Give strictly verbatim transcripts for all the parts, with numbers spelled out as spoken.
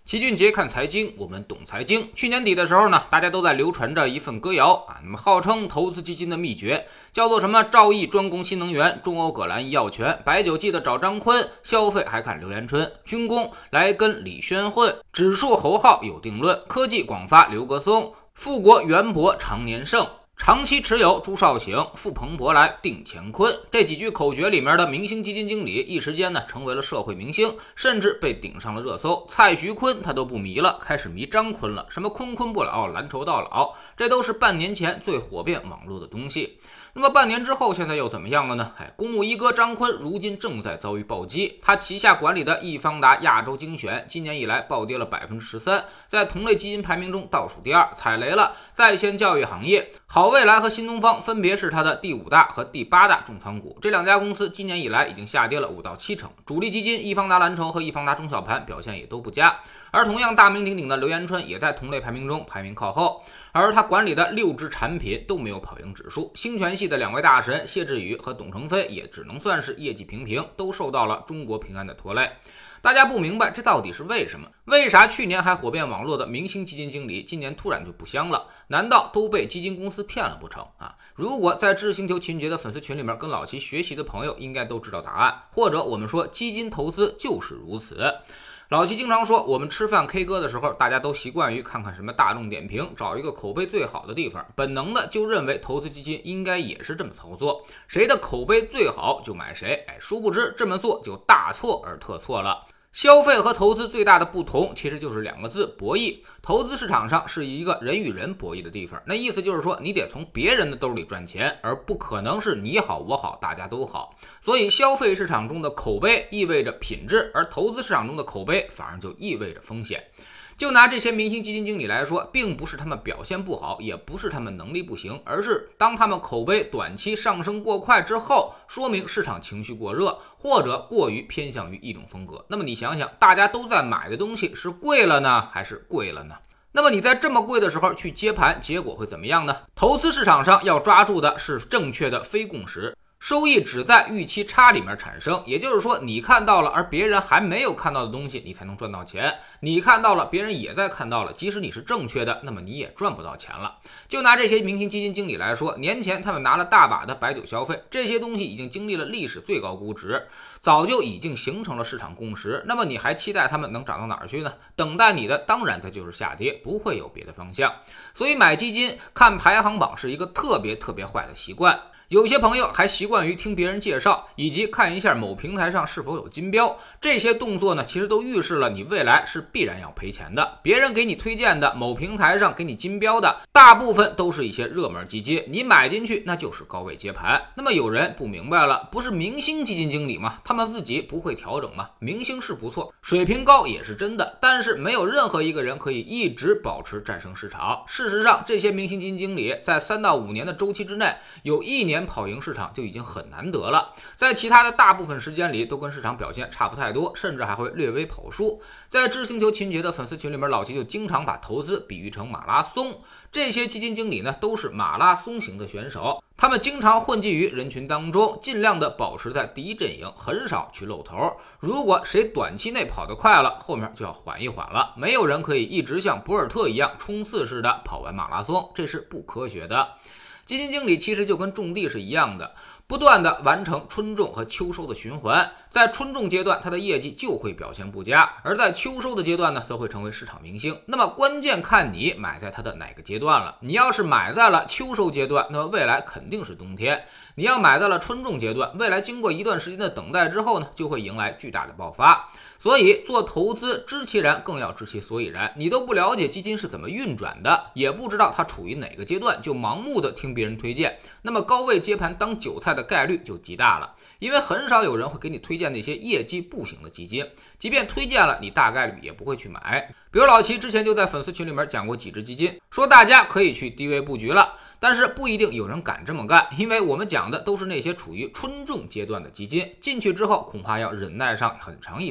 齐俊杰看财经，我们懂财经。去年底的时候呢，大家都在流传着一份歌谣啊，那么号称投资基金的秘诀，叫做什么赵毅专攻新能源，中欧葛兰医药全，白酒记得找张坤，消费还看刘延春，军工来跟李轩混，指数侯浩有定论，科技广发刘格松，富国元博常年胜。长期持有朱少醒，富彭博来定乾坤，这几句口诀里面的明星基金经理一时间呢成为了社会明星，甚至被顶上了热搜。蔡徐坤他都不迷了，开始迷张坤了，什么坤坤不老，蓝筹到老，这都是半年前最火遍网络的东西。那么半年之后现在又怎么样了呢？哎，公募一哥张坤如今正在遭遇暴击，他旗下管理的易方达亚洲精选今年以来暴跌了 百分之十三， 在同类基金排名中倒数第二，踩雷了在线教育行业。好未来和新东方分别是他的第五大和第八大重仓股，这两家公司今年以来已经下跌了五到七成。主力基金易方达蓝筹和易方达中小盘表现也都不佳，而同样大名鼎鼎的刘延春也在同类排名中排名靠后，而他管理的六只产品都没有跑赢指数。兴全系的两位大神谢志宇和董承飞也只能算是业绩平平，都受到了中国平安的拖累。大家不明白这到底是为什么？为啥去年还火遍网络的明星基金经理今年突然就不香了？难道都被基金公司骗了不成啊？如果在知识星球秦杰的粉丝群里面跟老齐学习的朋友应该都知道答案，或者我们说基金投资就是如此。老齐经常说，我们吃饭 K 歌的时候，大家都习惯于看看什么大众点评，找一个口碑最好的地方，本能的就认为投资基金应该也是这么操作，谁的口碑最好就买谁。哎，殊不知这么做就大错而特错了。消费和投资最大的不同其实就是两个字：博弈。投资市场上是一个人与人博弈的地方，那意思就是说你得从别人的兜里赚钱，而不可能是你好我好大家都好。所以消费市场中的口碑意味着品质，而投资市场中的口碑反而就意味着风险。就拿这些明星基金经理来说，并不是他们表现不好，也不是他们能力不行，而是当他们口碑短期上升过快之后，说明市场情绪过热，或者过于偏向于一种风格。那么你想想，大家都在买的东西是贵了呢，还是贵了呢？那么你在这么贵的时候去接盘，结果会怎么样呢？投资市场上要抓住的是正确的非共识，收益只在预期差里面产生，也就是说你看到了而别人还没有看到的东西，你才能赚到钱。你看到了别人也在看到了，即使你是正确的，那么你也赚不到钱了。就拿这些明星基金经理来说，年前他们拿了大把的白酒消费，这些东西已经经历了历史最高估值，早就已经形成了市场共识，那么你还期待他们能涨到哪儿去呢？等待你的当然它就是下跌，不会有别的方向。所以买基金看排行榜是一个特别特别坏的习惯。有些朋友还习惯于听别人介绍，以及看一下某平台上是否有金标，这些动作呢，其实都预示了你未来是必然要赔钱的。别人给你推荐的某平台上给你金标的，大部分都是一些热门基金，你买进去那就是高位接盘。那么有人不明白了，不是明星基金经理吗？他们自己不会调整吗？明星是不错，水平高也是真的，但是没有任何一个人可以一直保持战胜市场。事实上，这些明星基金经理在三到五年的周期之内，有一年跑赢市场就已经很难得了，在其他的大部分时间里都跟市场表现差不太多，甚至还会略微跑输。在知星球秦杰的粉丝群里面，老齐就经常把投资比喻成马拉松，这些基金经理呢都是马拉松型的选手，他们经常混迹于人群当中，尽量的保持在第一阵营，很少去露头。如果谁短期内跑得快了，后面就要缓一缓了。没有人可以一直像博尔特一样冲刺似的跑完马拉松，这是不科学的。基金经理其实就跟种地是一样的，不断的完成春种和秋收的循环。在春种阶段，它的业绩就会表现不佳，而在秋收的阶段呢，则会成为市场明星。那么关键看你买在它的哪个阶段了。你要是买在了秋收阶段，那么未来肯定是冬天；你要买在了春种阶段，未来经过一段时间的等待之后呢，就会迎来巨大的爆发。所以做投资知其然更要知其所以然，你都不了解基金是怎么运转的，也不知道它处于哪个阶段，就盲目的听别人推荐，那么高位接盘当韭菜的概率就极大了。因为很少有人会给你推荐那些业绩不行的基金，即便推荐了，你大概率也不会去买。比如老齐之前就在粉丝群里面讲过几只基金，说大家可以去低位布局了，但是不一定有人敢这么干，因为我们讲的都是那些处于春种阶段的基金，进去之后恐怕要忍耐上很长一段时间。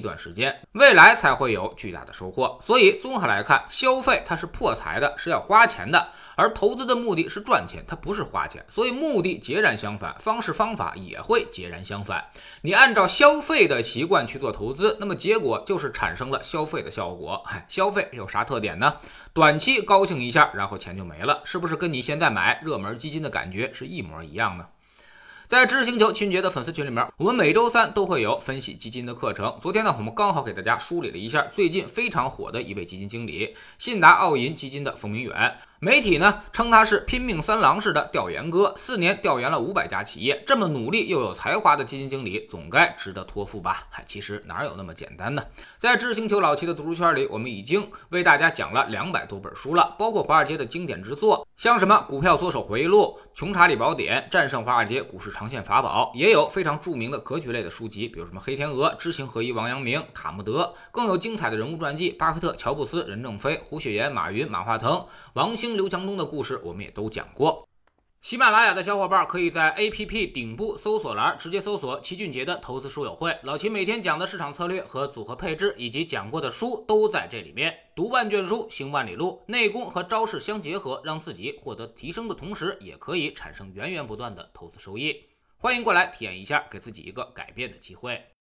间，未来才会有巨大的收获。所以综合来看，消费它是破财的，是要花钱的，而投资的目的是赚钱，它不是花钱，所以目的截然相反，方式方法也会截然相反。你按照消费的习惯去做投资，那么结果就是产生了消费的效果。哎，消费有啥特点呢？短期高兴一下，然后钱就没了，是不是跟你现在买热门基金的感觉是一模一样的？在知识星球秦杰的粉丝群里面，我们每周三都会有分析基金的课程。昨天呢，我们刚好给大家梳理了一下最近非常火的一位基金经理信达奥银基金的冯明远。媒体呢称他是拼命三郎式的调研哥，四年调研了五百家企业，这么努力又有才华的基金经理，总该值得托付吧？其实哪有那么简单呢？在知识星球老七的读书圈里，我们已经为大家讲了两百多本书了，包括华尔街的经典之作，像什么股票左手回忆录、穷查理宝典、战胜华尔街股市长线法宝，也有非常著名的格局类的书籍，比如什么黑天鹅、知行合一王阳明、塔木德，更有精彩的人物传记，巴菲特、乔布斯、任正非、胡雪岩、马云、马化腾、王兴、刘强东的故事我们也都讲过。喜马拉雅的小伙伴可以在 A P P 顶部搜索栏直接搜索齐俊杰的投资书友会，老齐每天讲的市场策略和组合配置以及讲过的书都在这里面。读万卷书，行万里路，内功和招式相结合，让自己获得提升的同时，也可以产生源源不断的投资收益。欢迎过来体验一下，给自己一个改变的机会。